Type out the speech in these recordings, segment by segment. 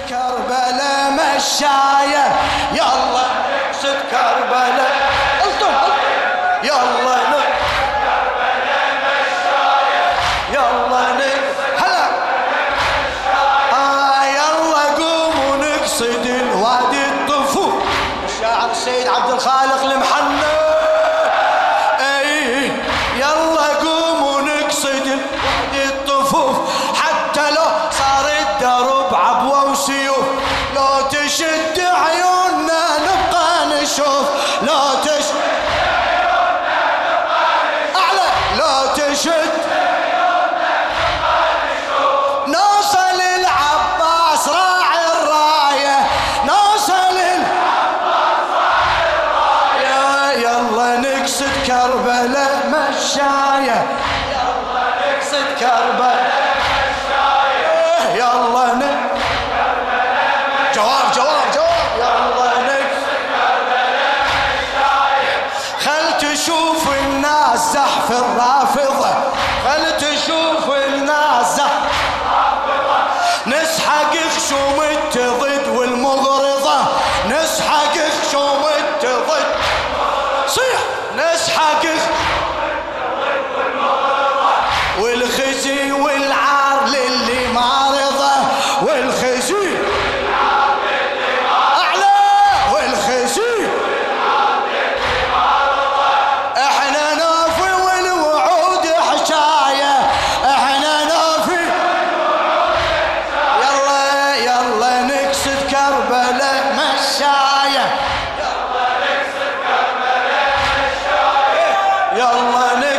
كربلاء مشاية، يلا نقصد كربلاء. يلا كربلاء مشاية، يلا هلا يلا قوموا نقصد الوادي الطفوف. الشاعر السيد عبد الخالق المحنى. اي يلا قوموا نقصد الوادي الطفوف، حتى لو صار الدرب عبوة وسيوف، لو تشد عيوننا نبقى نشوف، لو تشد عيوننا نبقى نشوف، أعلى لو تشد عيوننا نبقى نشوف، نوصل العباس راعي الراية، نوصل العباس راعي الراية، يلا نقصد كربلاء مشاية، يلا نقصد كربلاء مشاية، يلا نقصد كربلاء مشاية. جواب جواب جواب. يلا نقصد كربلاء مشاية، خل تشوف الناس زحف الرافضة، خل تشوف الناس زحف الرافضة، نسحق خشوم التضد والمغرضة، نسحق خشوم التضد، صيح نسحق والخزي والعار للي معرضه، والخزي والعار للي معرضه، أعلى والخزي والعار للي معرضه، احنا نافي والوعود حشاية، احنا نافي والوعود حشاية، يلا يلا نقصد كربلاء مشاية، يلا نقصد كربلاء مشاية، يلا نقصد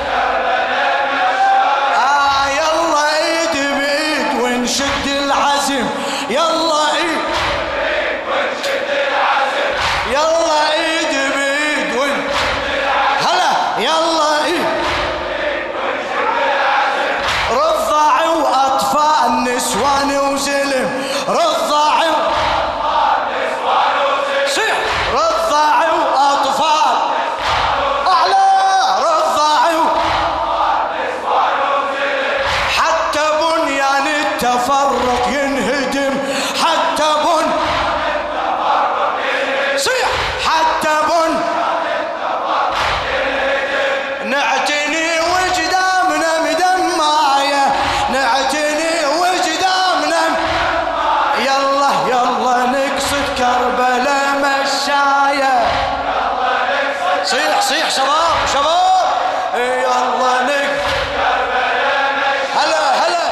ونشد العزم، يلا ايد بايد ونشد العزم، يلا ايد بايد ونشد العزم، هلا يلا ايد بايد ونشد العزم، رضع واطفال نسوان وزلم، رضع واطفال نسوان وزلم، صيح رضع واطفال اعلى، رضع واطفال نسوان وزلم، حتى بنيان التفرق ينهدم، حتى بن التفرق ينهدم، صيح حتى بن التفرق ينهدم، نعتني وجدامنا مدماية، نعتني وجدامنا مدماية، يلا يلا نقصد كربلاء مشاية، يلا نقصد صيح صيح شباب شباب، يلا نقصد كربلاء مشاية، هلا هلا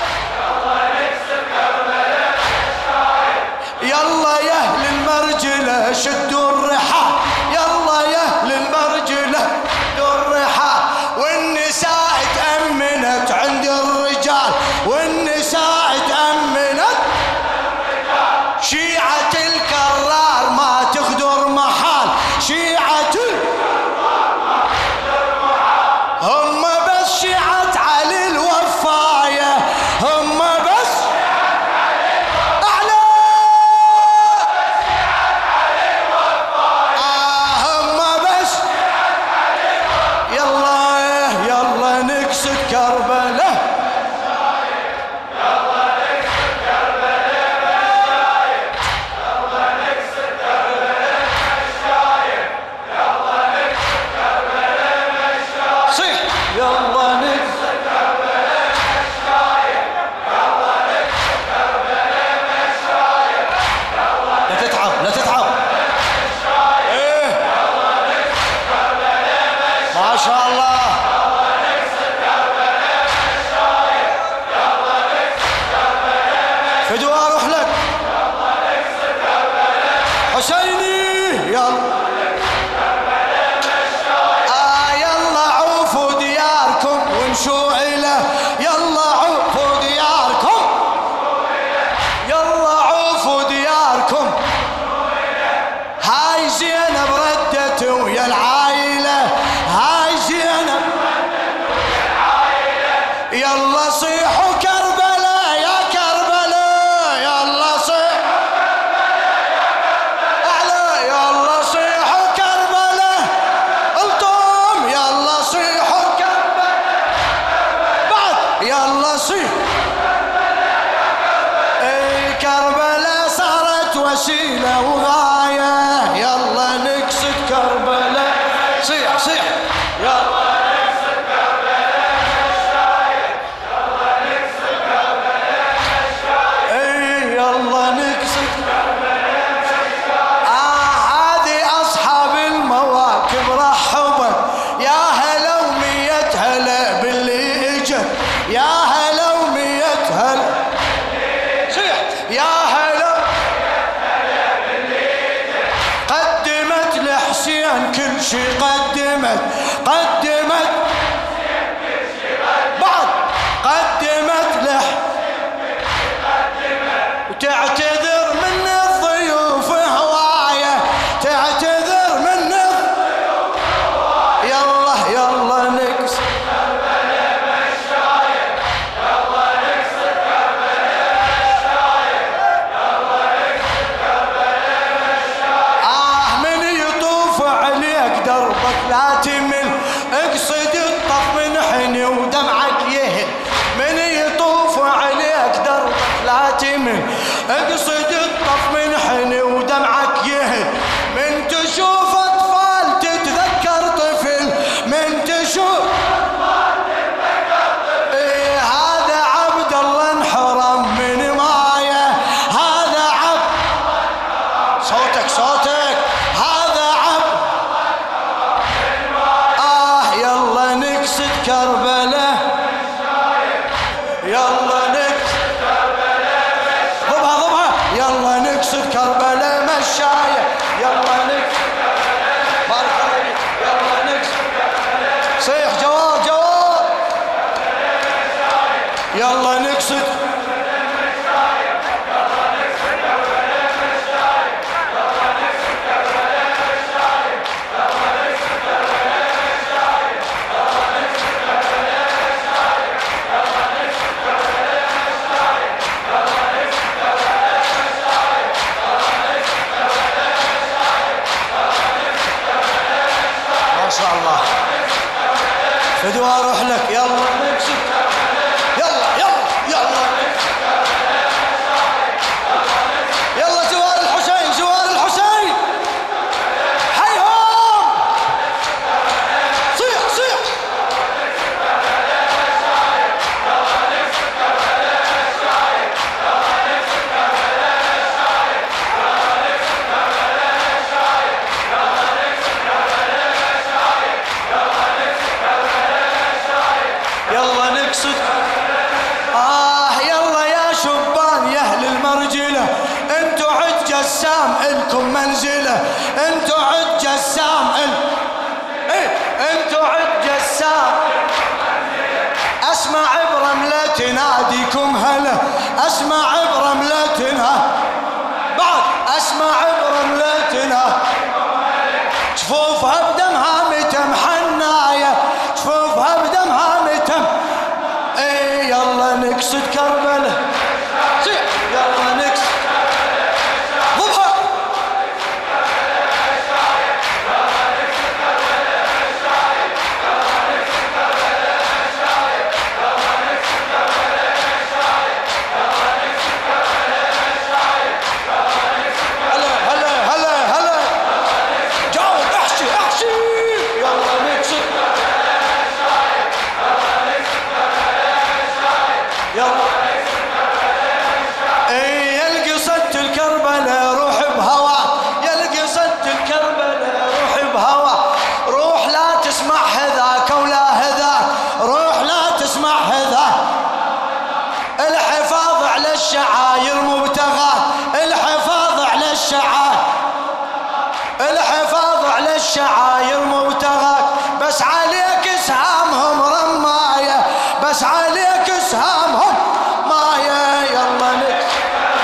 يلا يا اهل المرجله شدوا الرحال، يلا يا اهل المرجله شدوا الرحال، والنساء تأمنت عند الرجال، والنساء تأمنت شيعة الكرار ما تغدر محال، شيعة الكرار ما تغدر محال، هم بس شيعة علي الوفاية، هم بس كربلاء، يلا نقصد كربلاء مشاية، يلا نقصد كربلاء مشاية، يلا نقصد كربلاء مشاية، صيح يلا نقصد كربلاء مشاية، يلا نقصد كربلاء مشاية، لا تتعب لا تتعب، ايه يلا نقصد كربلاء مشاية، ما شاء الله. فدوى اروح لك، يلا نقصد كربلاء حسيني، يلا نقصد كربلاء مشاية، يلا عوفوا دياركم وامشوا إله، يلا عوفوا دياركم، يلا عوفوا دياركم، هاي زينب ردت ويا العايلة، هاي زينب وسيلة وغاية. يلا نقصد كربلاء. صيح صيح يلا نقصد كربلاء مشايخ. يلا نقصد كربلاء مشايخ. اي يلا نقصد كربلاء مشايخ. هذه اصحاب المواكب رحبت. يا هلا ومية هلا باللي اجت. يا هلا ومية هلا. صيح يا هلا. قدمت لحسين كل شي قدمت. بعد قدمت له وتعتذر من الضيوف هوايه. تعتذر من الضيوف هوايه. يلا نقص كربلاء مشايخ. يلا نقص كربلاء مشايخ. يلا نقص كربلاء مشايخ. من يطوف عليك دربك لا تمل. اقصد الطف من حني ودمعك يهل. من يطوف عليك دربك لا تمل. اقصد الطف من حني ودمعك يهل. من تشوف اطفال تتذكر طفل. من تشوف اطفال تتذكر طفل. إيه هذا عبد الله انحرم من مايه. هذا عبد الله انحرم. صوتك هذا عبد الله انحرم من مايه. يلا نقصد كربلاء. يلا نقصد كربلاء مشايخ. ضبها يلا نقصد كربلاء مشايخ. يلا نقصد كربلاء بارك الله فيك. يلا نقصد كربلاء. صيح جواب. يلا نقصد ما شاء الله. فدوى اروح لك. يلا نقصد. يلا زوار الحسين حيهم. صيح يلا نقصد. يلا يا شبان يا اهل المرجله. انتو عد جسام الكم منزله. انتو عد جسام انتو عد جسام. اسمع برمله تناديكم هلا. اسمع برمله تنادي. بعد اسمع برمله تنادي. جفوفها بدمها متم حنايه. جفوفها بدمها متم. اي يلا نقصد كربلاء. يلا نقصد. ضبها هلا جاوب. احشي يلا نقصد. يلا يلقي صد الكربلاء روح بهوا. يلقي صد الكربلاء روح بهوا. روح لا تسمع هذاك ولا هذاك. روح لا تسمع هذاك. الحفاظ على الشعاير مبتغاك. الحفاظ على الشعاير. الحفاظ على الشعاير مبتغاك. بس عليك سهامهم رمايه. بس عليك سهامهم مايه. يلا نقصد.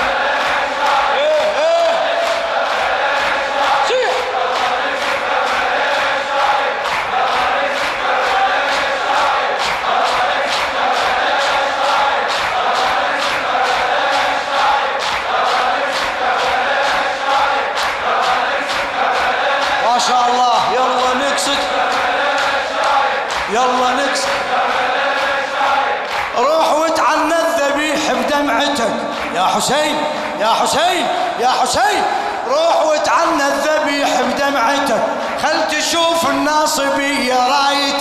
ما شاء الله. يلا نقصد. يلا نقصد. روح وتعنى الذبيح بدمعتك يا حسين. يا حسين يا حسين روح وتعنى الذبيح بدمعتك، خل تشوف الناصبية رايتك.